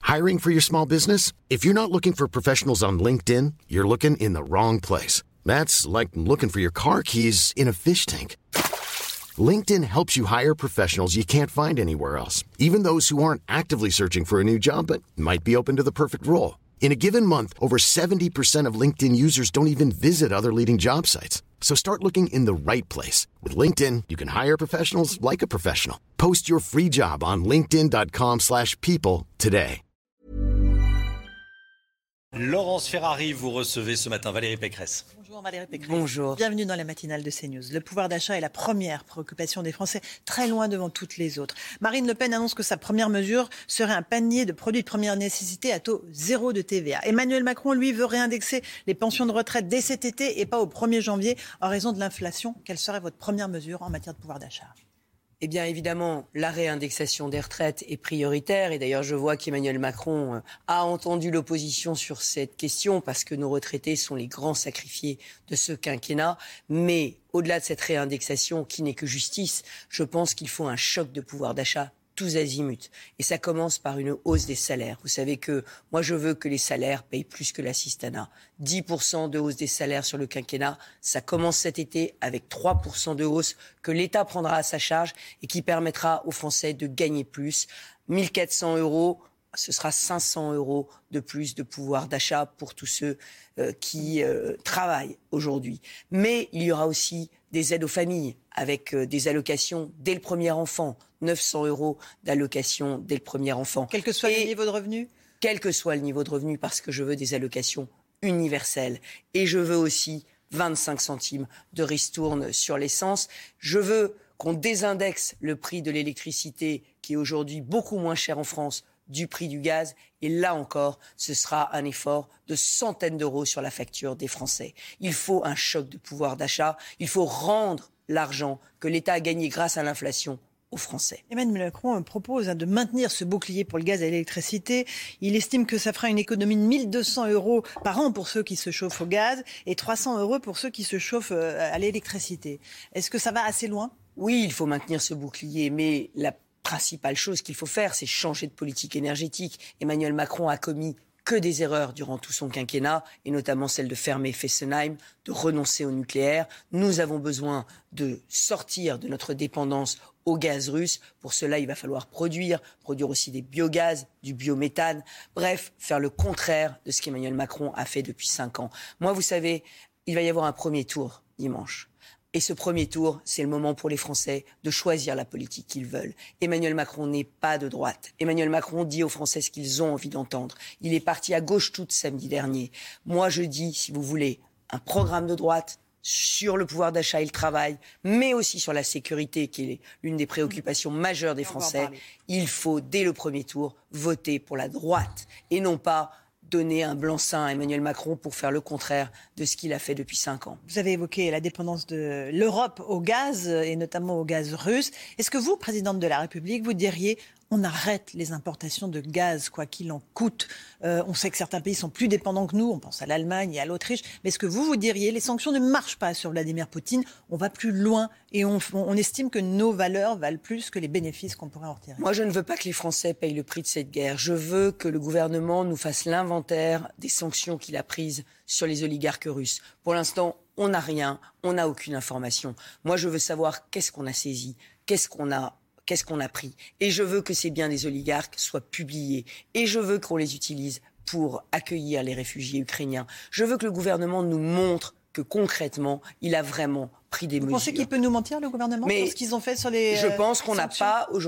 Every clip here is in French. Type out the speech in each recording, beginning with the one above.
Hiring for your small business? If you're not looking for professionals on LinkedIn, you're looking in the wrong place. That's like looking for your car keys in a fish tank. LinkedIn helps you hire professionals you can't find anywhere else, even those who aren't actively searching for a new job but might be open to the perfect role. In a given month, over 70% of LinkedIn users don't even visit other leading job sites. So start looking in the right place. With LinkedIn, you can hire professionals like a professional. Post your free job on linkedin.com/people today. Laurence Ferrari, vous recevez ce matin Valérie Pécresse. Bonjour Valérie Pécresse. Bonjour. Bienvenue dans la matinale de CNews. Le pouvoir d'achat est la première préoccupation des Français, très loin devant toutes les autres. Marine Le Pen annonce que sa première mesure serait un panier de produits de première nécessité à taux zéro de TVA. Emmanuel Macron, lui, veut réindexer les pensions de retraite dès cet été et pas au 1er janvier en raison de l'inflation. Quelle serait votre première mesure en matière de pouvoir d'achat ? Eh bien, évidemment, la réindexation des retraites est prioritaire. Et d'ailleurs, je vois qu'Emmanuel Macron a entendu l'opposition sur cette question parce que nos retraités sont les grands sacrifiés de ce quinquennat. Mais au-delà de cette réindexation qui n'est que justice, je pense qu'il faut un choc de pouvoir d'achat tous azimuts. Et ça commence par une hausse des salaires. Vous savez que moi, je veux que les salaires payent plus que l'assistanat. 10% de hausse des salaires sur le quinquennat. Ça commence cet été avec 3% de hausse que l'État prendra à sa charge et qui permettra aux Français de gagner plus. 1 400 €, ce sera 500 € de plus de pouvoir d'achat pour tous ceux qui travaillent aujourd'hui. Mais il y aura aussi des aides aux familles avec des allocations dès le premier enfant. 900 € d'allocation dès le premier enfant. Quel que soit le niveau de revenu ? Quel que soit le niveau de revenu, parce que je veux des allocations universelles. Et je veux aussi 25 centimes de ristourne sur l'essence. Je veux qu'on désindexe le prix de l'électricité, qui est aujourd'hui beaucoup moins cher en France, du prix du gaz. Et là encore, ce sera un effort de centaines d'euros sur la facture des Français. Il faut un choc de pouvoir d'achat. Il faut rendre l'argent que l'État a gagné grâce à l'inflation aux Français. Emmanuel Macron propose de maintenir ce bouclier pour le gaz et l'électricité. Il estime que ça fera une économie de 1 200 € par an pour ceux qui se chauffent au gaz et 300 € pour ceux qui se chauffent à l'électricité. Est-ce que ça va assez loin ? Oui, il faut maintenir ce bouclier, mais la principale chose qu'il faut faire, c'est changer de politique énergétique. Emmanuel Macron a commis que des erreurs durant tout son quinquennat, et notamment celle de fermer Fessenheim, de renoncer au nucléaire. Nous avons besoin de sortir de notre dépendance au gaz russe. Pour cela, il va falloir produire aussi des biogaz, du biométhane. Bref, faire le contraire de ce qu'Emmanuel Macron a fait depuis 5 ans. Moi, vous savez, il va y avoir un premier tour dimanche. Et ce premier tour, c'est le moment pour les Français de choisir la politique qu'ils veulent. Emmanuel Macron n'est pas de droite. Emmanuel Macron dit aux Français ce qu'ils ont envie d'entendre. Il est parti à gauche toute samedi dernier. Moi, je dis, si vous voulez, un programme de droite sur le pouvoir d'achat et le travail, mais aussi sur la sécurité, qui est l'une des préoccupations majeures des Français. Il faut, dès le premier tour, voter pour la droite et non pas donner un blanc-seing à Emmanuel Macron pour faire le contraire de ce qu'il a fait depuis 5 ans. Vous avez évoqué la dépendance de l'Europe au gaz, et notamment au gaz russe. Est-ce que vous, présidente de la République, vous diriez on arrête les importations de gaz, quoi qu'il en coûte ? On sait que certains pays sont plus dépendants que nous, on pense à l'Allemagne et à l'Autriche, mais est-ce que vous diriez les sanctions ne marchent pas sur Vladimir Poutine, on va plus loin et on estime que nos valeurs valent plus que les bénéfices qu'on pourrait en retirer ? Moi, je ne veux pas que les Français payent le prix de cette guerre. Je veux que le gouvernement nous fasse l'inventaire des sanctions qu'il a prises sur les oligarques russes. Pour l'instant, on n'a rien, on n'a aucune information. Moi, je veux savoir qu'est-ce qu'on a saisi, qu'est-ce qu'on a pris. Et je veux que ces biens des oligarques soient publiés. Et je veux qu'on les utilise pour accueillir les réfugiés ukrainiens. Je veux que le gouvernement nous montre que concrètement, il a vraiment pris des mesures. Vous pensez qu'il peut nous mentir, le gouvernement, sur ce qu'ils ont fait sur les Je pense qu'on n'a sanctions ?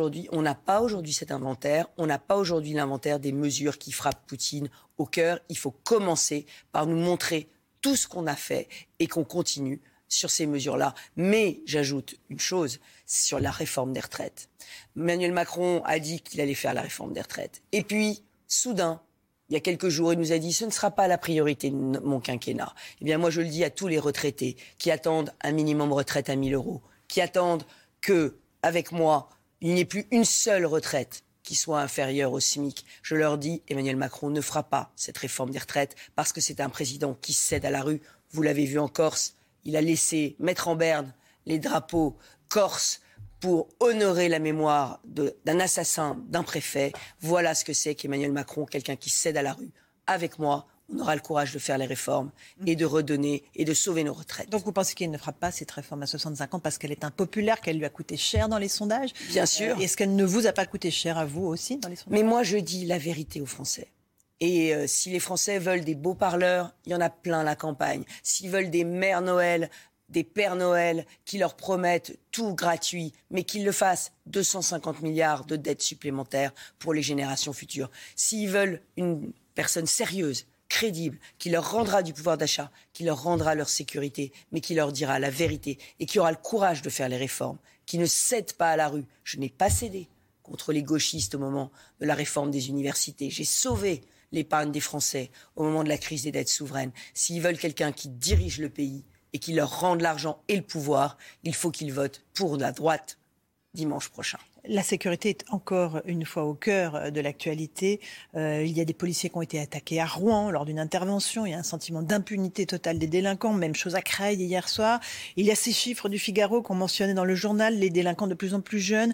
pas aujourd'hui cet inventaire. On n'a pas aujourd'hui l'inventaire des mesures qui frappent Poutine au cœur. Il faut commencer par nous montrer tout ce qu'on a fait et qu'on continue sur ces mesures-là. Mais j'ajoute une chose, sur la réforme des retraites. Emmanuel Macron a dit qu'il allait faire la réforme des retraites. Et puis, soudain, il y a quelques jours, il nous a dit « ce ne sera pas la priorité de mon quinquennat ». Eh bien, moi, je le dis à tous les retraités qui attendent un minimum retraite à 1 000 €, qui attendent qu'avec moi, il n'y ait plus une seule retraite qui soit inférieure au SMIC. Je leur dis, Emmanuel Macron ne fera pas cette réforme des retraites parce que c'est un président qui cède à la rue. Vous l'avez vu en Corse. Il a laissé mettre en berne les drapeaux corses pour honorer la mémoire d'un assassin, d'un préfet. Voilà ce que c'est qu'Emmanuel Macron, quelqu'un qui cède à la rue. Avec moi, on aura le courage de faire les réformes et de redonner et de sauver nos retraites. Donc vous pensez qu'il ne fera pas cette réforme à 65 ans parce qu'elle est impopulaire, qu'elle lui a coûté cher dans les sondages ? Bien sûr. Est-ce qu'elle ne vous a pas coûté cher à vous aussi dans les sondages ? Mais moi, je dis la vérité aux Français. Et si les Français veulent des beaux parleurs, il y en a plein à la campagne. S'ils veulent des mères Noël, des pères Noël qui leur promettent tout gratuit, mais qu'ils le fassent, 250 milliards de dettes supplémentaires pour les générations futures. S'ils veulent une personne sérieuse, crédible, qui leur rendra du pouvoir d'achat, qui leur rendra leur sécurité, mais qui leur dira la vérité et qui aura le courage de faire les réformes, qui ne cède pas à la rue. Je n'ai pas cédé contre les gauchistes au moment de la réforme des universités. J'ai sauvé l'épargne des Français au moment de la crise des dettes souveraines. S'ils veulent quelqu'un qui dirige le pays et qui leur rende l'argent et le pouvoir, il faut qu'ils votent pour la droite dimanche prochain. La sécurité est encore une fois au cœur de l'actualité. Il y a des policiers qui ont été attaqués à Rouen lors d'une intervention. Il y a un sentiment d'impunité totale des délinquants. Même chose à Creil hier soir. Il y a ces chiffres du Figaro qu'on mentionnait dans le journal, les délinquants de plus en plus jeunes.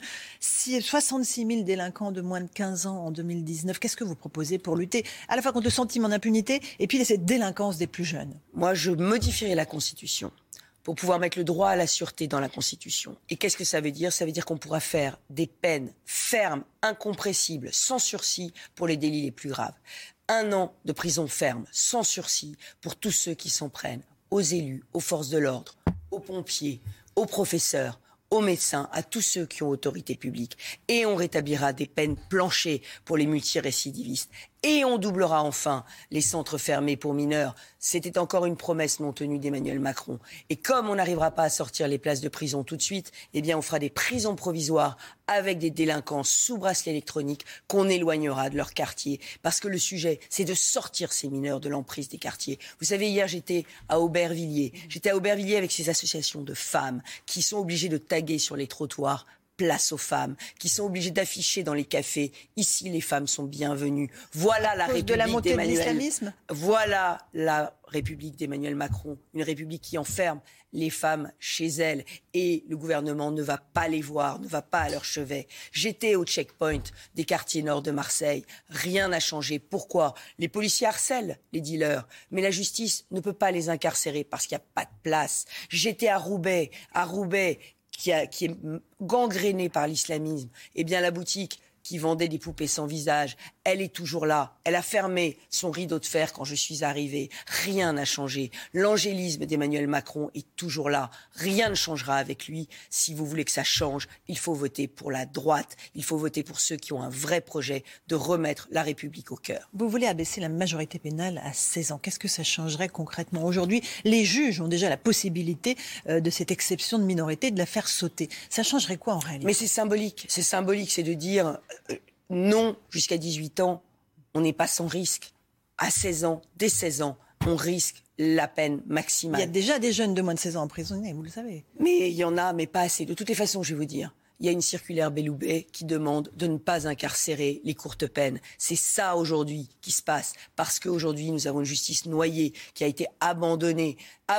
66 000 délinquants de moins de 15 ans en 2019. Qu'est-ce que vous proposez pour lutter à la fois contre le sentiment d'impunité et puis cette délinquance des plus jeunes ? Moi, je modifierai la Constitution pour pouvoir mettre le droit à la sûreté dans la Constitution. Et qu'est-ce que ça veut dire ? Ça veut dire qu'on pourra faire des peines fermes, incompressibles, sans sursis pour les délits les plus graves. 1 an de prison ferme, sans sursis, pour tous ceux qui s'en prennent aux élus, aux forces de l'ordre, aux pompiers, aux professeurs, aux médecins, à tous ceux qui ont autorité publique. Et on rétablira des peines planchées pour les multirécidivistes. Et on doublera enfin les centres fermés pour mineurs. C'était encore une promesse non tenue d'Emmanuel Macron. Et comme on n'arrivera pas à sortir les places de prison tout de suite, eh bien on fera des prisons provisoires avec des délinquants sous bracelet électronique qu'on éloignera de leur quartier. Parce que le sujet, c'est de sortir ces mineurs de l'emprise des quartiers. Vous savez, hier, j'étais à Aubervilliers. J'étais à Aubervilliers avec ces associations de femmes qui sont obligées de taguer sur les trottoirs place aux femmes, qui sont obligées d'afficher dans les cafés « Ici, les femmes sont bienvenues ». Voilà la République de la montée d'Emmanuel. de l'islamisme ? Voilà la République d'Emmanuel Macron, une République qui enferme les femmes chez elles et le gouvernement ne va pas les voir, ne va pas à leur chevet. J'étais au checkpoint des quartiers nord de Marseille, rien n'a changé. Pourquoi ? Les policiers harcèlent les dealers, mais la justice ne peut pas les incarcérer parce qu'il n'y a pas de place. J'étais à Roubaix, qui est gangrénée par l'islamisme. Eh bien, la boutique qui vendait des poupées sans visage, elle est toujours là. Elle a fermé son rideau de fer quand je suis arrivée. Rien n'a changé. L'angélisme d'Emmanuel Macron est toujours là. Rien ne changera avec lui. Si vous voulez que ça change, il faut voter pour la droite. Il faut voter pour ceux qui ont un vrai projet de remettre la République au cœur. Vous voulez abaisser la majorité pénale à 16 ans. Qu'est-ce que ça changerait concrètement ? Aujourd'hui, les juges ont déjà la possibilité de cette exception de minorité de la faire sauter. Ça changerait quoi en réalité ? Mais c'est symbolique. C'est symbolique, c'est de dire non, jusqu'à 18 ans, on n'est pas sans risque. À 16 ans, dès 16 ans, on risque la peine maximale. Il y a déjà des jeunes de moins de 16 ans emprisonnés, vous le savez. Mais il y en a, mais pas assez. De toutes les façons, je vais vous dire, il y a une circulaire Belloubet qui demande de ne pas incarcérer les courtes peines. C'est ça aujourd'hui qui se passe. Parce qu'aujourd'hui, nous avons une justice noyée qui a été abandonnée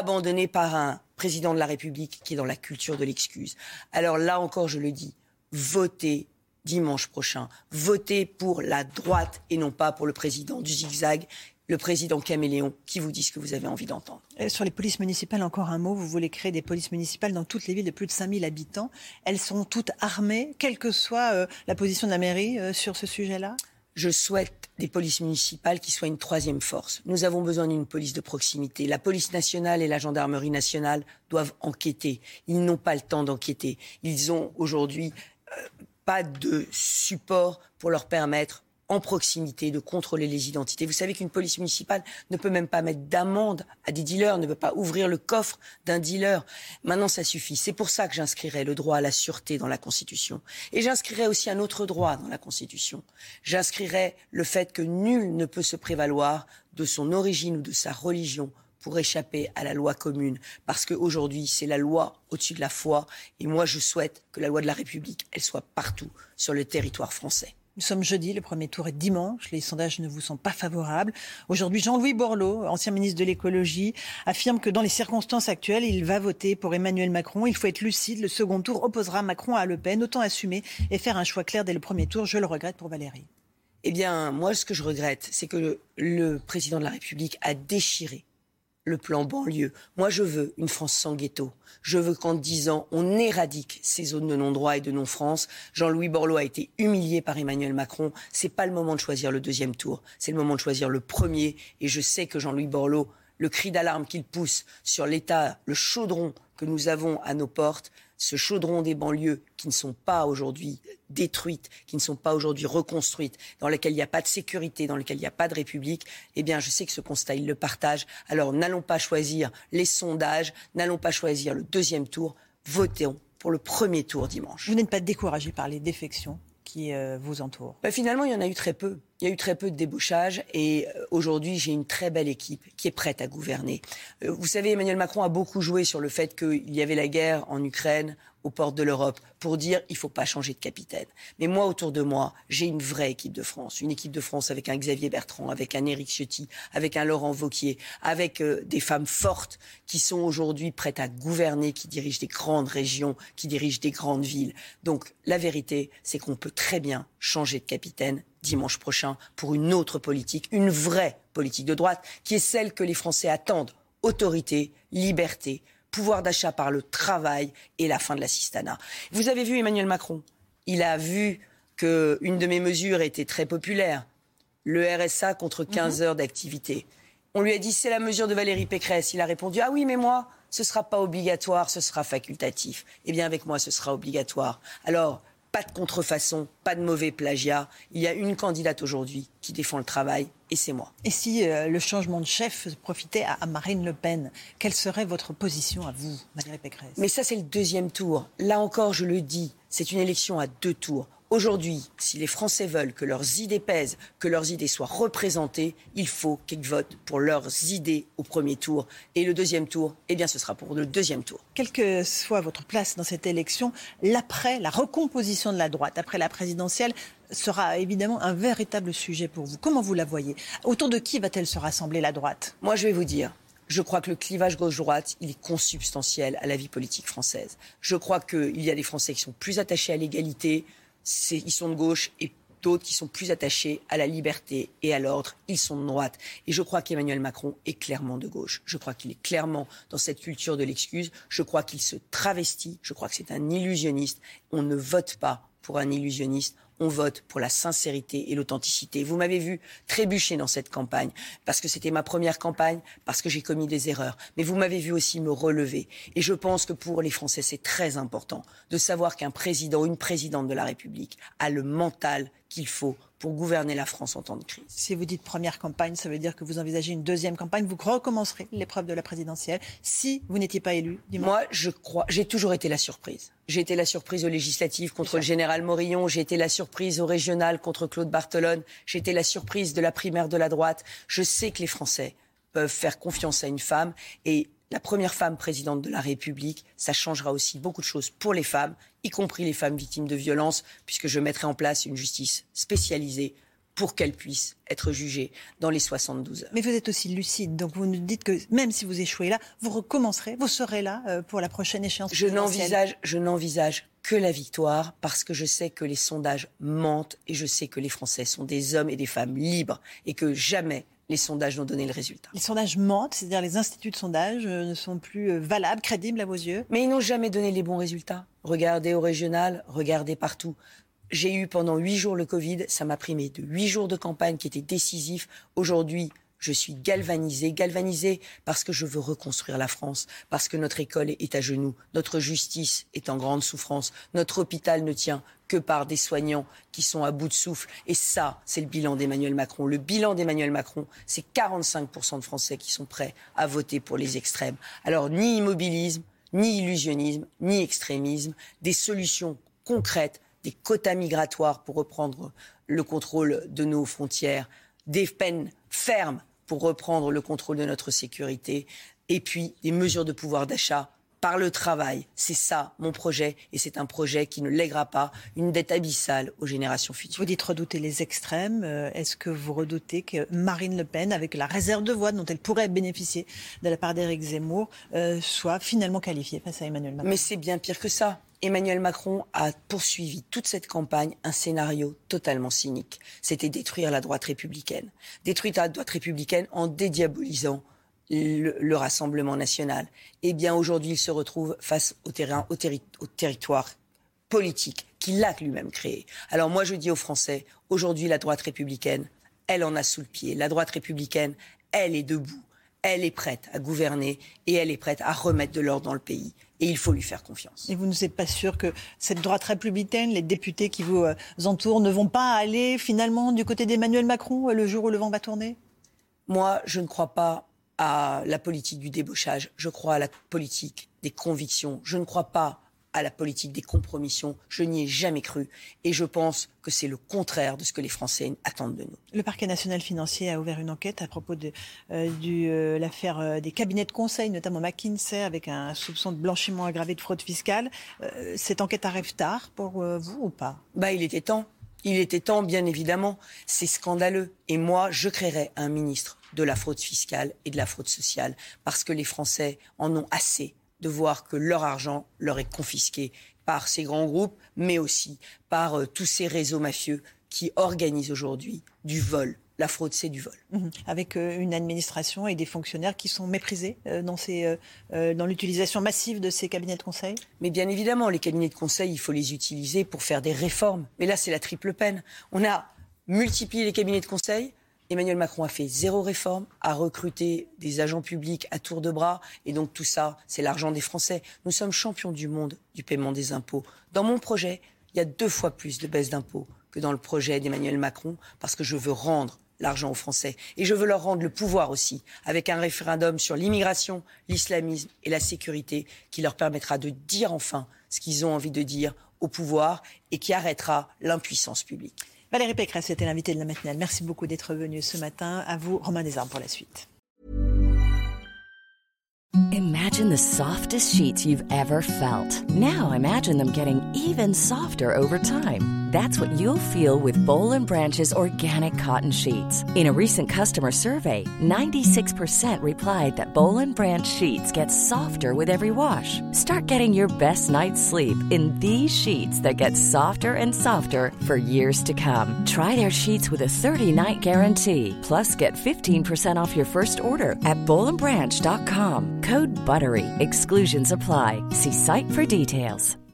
par un président de la République qui est dans la culture de l'excuse. Alors là encore, je le dis, votez dimanche prochain. Votez pour la droite et non pas pour le président du zigzag, le président caméléon qui vous dit ce que vous avez envie d'entendre. Sur les polices municipales, encore un mot. Vous voulez créer des polices municipales dans toutes les villes de plus de 5000 habitants. Elles sont toutes armées, quelle que soit la position de la mairie sur ce sujet-là ? Je souhaite des polices municipales qui soient une troisième force. Nous avons besoin d'une police de proximité. La police nationale et la gendarmerie nationale doivent enquêter. Ils n'ont pas le temps d'enquêter. Ils ont aujourd'hui pas de support pour leur permettre en proximité de contrôler les identités. Vous savez qu'une police municipale ne peut même pas mettre d'amende à des dealers, ne peut pas ouvrir le coffre d'un dealer. Maintenant, ça suffit. C'est pour ça que j'inscrirai le droit à la sûreté dans la Constitution. Et j'inscrirai aussi un autre droit dans la Constitution. J'inscrirai le fait que nul ne peut se prévaloir de son origine ou de sa religion pour échapper à la loi commune. Parce qu'aujourd'hui, c'est la loi au-dessus de la foi. Et moi, je souhaite que la loi de la République, elle soit partout sur le territoire français. Nous sommes jeudi, le premier tour est dimanche, les sondages ne vous sont pas favorables. Aujourd'hui, Jean-Louis Borloo, ancien ministre de l'écologie, affirme que dans les circonstances actuelles, il va voter pour Emmanuel Macron. Il faut être lucide, le second tour opposera Macron à Le Pen. Autant assumer et faire un choix clair dès le premier tour. Je le regrette pour Valérie. Eh bien, moi, ce que je regrette, c'est que le président de la République a déchiré le plan banlieue. Moi, je veux une France sans ghetto. Je veux qu'en 10 ans, on éradique ces zones de non-droit et de non-France. Jean-Louis Borloo a été humilié par Emmanuel Macron. C'est pas le moment de choisir le deuxième tour. C'est le moment de choisir le premier. Et je sais que Jean-Louis Borloo, le cri d'alarme qu'il pousse sur l'État, le chaudron que nous avons à nos portes, ce chaudron des banlieues qui ne sont pas aujourd'hui détruites, qui ne sont pas aujourd'hui reconstruites, dans lesquelles il n'y a pas de sécurité, dans lesquelles il n'y a pas de République, eh bien je sais que ce constat, il le partage. Alors n'allons pas choisir les sondages, n'allons pas choisir le deuxième tour, votons pour le premier tour dimanche. Vous n'êtes pas découragé par les défections qui vous entourent? Finalement, il y en a eu très peu. Il y a eu très peu de débauchage et aujourd'hui, j'ai une très belle équipe qui est prête à gouverner. Vous savez, Emmanuel Macron a beaucoup joué sur le fait qu'il y avait la guerre en Ukraine, aux portes de l'Europe, pour dire il ne faut pas changer de capitaine. Mais moi, autour de moi, j'ai une vraie équipe de France. Une équipe de France avec un Xavier Bertrand, avec un Éric Ciotti, avec un Laurent Wauquiez, avec des femmes fortes qui sont aujourd'hui prêtes à gouverner, qui dirigent des grandes régions, qui dirigent des grandes villes. Donc, la vérité, c'est qu'on peut très bien changer de capitaine dimanche prochain pour une autre politique, une vraie politique de droite, qui est celle que les Français attendent. Autorité, liberté, pouvoir d'achat par le travail et la fin de l'assistanat. Vous avez vu Emmanuel Macron, il a vu qu'une de mes mesures était très populaire, le RSA contre 15 heures d'activité. On lui a dit c'est la mesure de Valérie Pécresse. Il a répondu ah oui mais moi ce ne sera pas obligatoire, ce sera facultatif. Eh bien avec moi ce sera obligatoire. Alors pas de contrefaçon, pas de mauvais plagiat. Il y a une candidate aujourd'hui qui défend le travail et c'est moi. Et si le changement de chef profitait à Marine Le Pen, quelle serait votre position à vous, Valérie Pécresse? Mais ça, c'est le deuxième tour. Là encore, je le dis, c'est une élection à 2 tours. Aujourd'hui, si les Français veulent que leurs idées pèsent, que leurs idées soient représentées, il faut qu'ils votent pour leurs idées au premier tour. Et le deuxième tour, eh bien, ce sera pour le deuxième tour. Quelle que soit votre place dans cette élection, l'après, la recomposition de la droite, après la présidentielle, sera évidemment un véritable sujet pour vous. Comment vous la voyez? Autour de qui va-t-elle se rassembler, la droite? Moi, je vais vous dire. Je crois que le clivage gauche-droite, il est consubstantiel à la vie politique française. Je crois qu'il y a des Français qui sont plus attachés à l'égalité, ils sont de gauche, et d'autres qui sont plus attachés à la liberté et à l'ordre, ils sont de droite. Et je crois qu'Emmanuel Macron est clairement de gauche. Je crois qu'il est clairement dans cette culture de l'excuse. Je crois qu'il se travestit. Je crois que c'est un illusionniste. On ne vote pas pour un illusionniste. On vote pour la sincérité et l'authenticité. Vous m'avez vu trébucher dans cette campagne, parce que c'était ma première campagne, parce que j'ai commis des erreurs. Mais vous m'avez vu aussi me relever. Et je pense que pour les Français, c'est très important de savoir qu'un président ou une présidente de la République a le mental qu'il faut pour gouverner la France en temps de crise. Si vous dites première campagne, ça veut dire que vous envisagez une deuxième campagne. Vous recommencerez l'épreuve de la présidentielle si vous n'étiez pas élu dimanche. Moi, je crois, j'ai toujours été la surprise. J'ai été la surprise aux législatives contre le général Morillon. J'ai été la surprise aux régionales contre Claude Barthelone. J'ai été la surprise de la primaire de la droite. Je sais que les Français peuvent faire confiance à une femme et la première femme présidente de la République, ça changera aussi beaucoup de choses pour les femmes, y compris les femmes victimes de violences, puisque je mettrai en place une justice spécialisée pour qu'elles puissent être jugées dans les 72 heures. Mais vous êtes aussi lucide, donc vous nous dites que même si vous échouez là, vous recommencerez, vous serez là pour la prochaine échéance présidentielle. Je n'envisage que la victoire parce que je sais que les sondages mentent et je sais que les Français sont des hommes et des femmes libres et que jamais les sondages n'ont donné le résultat. Les sondages mentent, c'est-à-dire les instituts de sondage ne sont plus valables, crédibles à vos yeux? Mais ils n'ont jamais donné les bons résultats. Regardez au régional, regardez partout. J'ai eu pendant 8 jours le Covid, ça m'a pris de 8 jours de campagne qui étaient décisifs. Aujourd'hui, je suis galvanisée parce que je veux reconstruire la France, parce que notre école est à genoux, notre justice est en grande souffrance, notre hôpital ne tient que par des soignants qui sont à bout de souffle. Et ça, c'est le bilan d'Emmanuel Macron. Le bilan d'Emmanuel Macron, c'est 45% de Français qui sont prêts à voter pour les extrêmes. Alors, ni immobilisme, ni illusionnisme, ni extrémisme, des solutions concrètes, des quotas migratoires pour reprendre le contrôle de nos frontières, des peines fermes pour reprendre le contrôle de notre sécurité, et puis des mesures de pouvoir d'achat par le travail. C'est ça mon projet et c'est un projet qui ne lèguera pas une dette abyssale aux générations futures. Vous dites redouter les extrêmes. Est-ce que vous redoutez que Marine Le Pen, avec la réserve de voix dont elle pourrait bénéficier de la part d'Éric Zemmour, soit finalement qualifiée face à Emmanuel Macron? Mais c'est bien pire que ça. Emmanuel Macron a poursuivi toute cette campagne un scénario totalement cynique. C'était détruire la droite républicaine. Détruire la droite républicaine en dédiabolisant le Rassemblement national. Eh bien, aujourd'hui, il se retrouve face au territoire politique qu'il a lui-même créé. Alors moi, je dis aux Français, aujourd'hui, la droite républicaine, elle en a sous le pied. La droite républicaine, elle est debout. Elle est prête à gouverner et elle est prête à remettre de l'ordre dans le pays. Et il faut lui faire confiance. Et vous n'êtes pas sûr que cette droite républicaine, les députés qui vous entourent, ne vont pas aller finalement du côté d'Emmanuel Macron le jour où le vent va tourner? Moi, je ne crois pas à la politique du débauchage. Je crois à la politique des convictions. Je ne crois pas à la politique des compromissions. Je n'y ai jamais cru. Et je pense que c'est le contraire de ce que les Français attendent de nous. Le parquet national financier a ouvert une enquête à propos de l'affaire des cabinets de conseil, notamment McKinsey, avec un soupçon de blanchiment aggravé de fraude fiscale. Cette enquête arrive tard pour vous ou pas? Il était temps. Il était temps, bien évidemment. C'est scandaleux. Et moi, je créerai un ministre de la fraude fiscale et de la fraude sociale parce que les Français en ont assez de voir que leur argent leur est confisqué par ces grands groupes, mais aussi par tous ces réseaux mafieux qui organisent aujourd'hui du vol. La fraude, c'est du vol. Avec une administration et des fonctionnaires qui sont méprisés dans l'utilisation massive de ces cabinets de conseil? Mais bien évidemment, les cabinets de conseil, il faut les utiliser pour faire des réformes. Mais là, c'est la triple peine. On a multiplié les cabinets de conseil. Emmanuel Macron a fait 0 réforme, a recruté des agents publics à tour de bras. Et donc tout ça, c'est l'argent des Français. Nous sommes champions du monde du paiement des impôts. Dans mon projet, il y a 2 fois plus de baisse d'impôts que dans le projet d'Emmanuel Macron parce que je veux rendre l'argent aux Français. Et je veux leur rendre le pouvoir aussi, avec un référendum sur l'immigration, l'islamisme et la sécurité qui leur permettra de dire enfin ce qu'ils ont envie de dire au pouvoir et qui arrêtera l'impuissance publique. Valérie Pécresse était l'invitée de la matinale. Merci beaucoup d'être venue ce matin. À vous, Romain Desarmes, pour la suite. Imagine the softest sheets you've ever felt. Now imagine them getting even softer over time. That's what you'll feel with Boll & Branch's organic cotton sheets. In a recent customer survey, 96% replied that Boll & Branch sheets get softer with every wash. Start getting your best night's sleep in these sheets that get softer and softer for years to come. Try their sheets with a 30-night guarantee. Plus, get 15% off your first order at bollandbranch.com. Code BUTTERY. Exclusions apply. See site for details.